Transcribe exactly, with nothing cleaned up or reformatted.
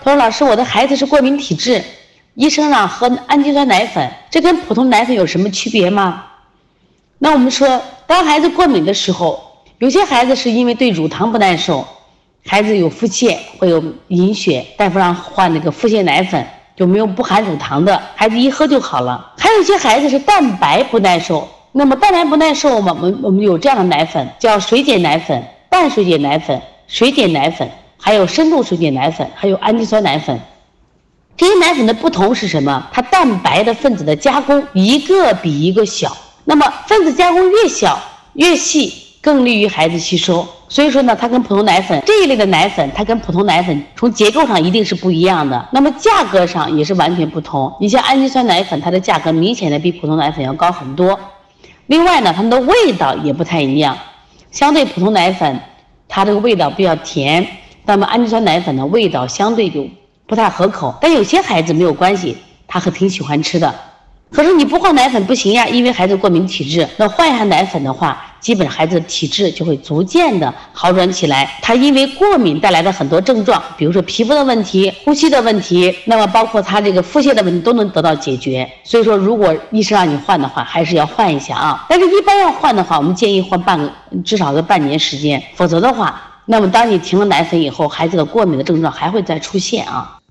他说老师，我的孩子是过敏体质，医生让喝氨基酸奶粉，这跟普通奶粉有什么区别吗？那我们说，当孩子过敏的时候，有些孩子是因为对乳糖不耐受，孩子有腹泻，会有隐血，大夫让换那个腹泻奶粉，就没有不含乳糖的，孩子一喝就好了。还有一些孩子是蛋白不耐受，那么蛋白不耐受，我们我们有这样的奶粉，叫水解奶粉、半水解奶粉、水解奶粉，还有深度水解奶粉，还有氨基酸奶粉。这些奶粉的不同是什么？它蛋白的分子的加工一个比一个小，那么分子加工越小越细，更利于孩子吸收。所以说呢，它跟普通奶粉这一类的奶粉，它跟普通奶粉从结构上一定是不一样的，那么价格上也是完全不同。你像氨基酸奶粉，它的价格明显的比普通奶粉要高很多。另外呢，它们的味道也不太一样，相对普通奶粉，它这个味道比较甜，那么氨基酸奶粉的味道相对就不太合口。但有些孩子没有关系，他还挺喜欢吃的。可是你不换奶粉不行呀，因为孩子过敏体质，那换一下奶粉的话，基本孩子的体质就会逐渐的好转起来。他因为过敏带来的很多症状，比如说皮肤的问题、呼吸的问题，那么包括他这个腹泻的问题都能得到解决。所以说，如果医生让你换的话，还是要换一下啊。但是一般要换的话，我们建议换半个，至少个半年时间，否则的话，那么当你停了奶粉以后，孩子的过敏的症状还会再出现啊。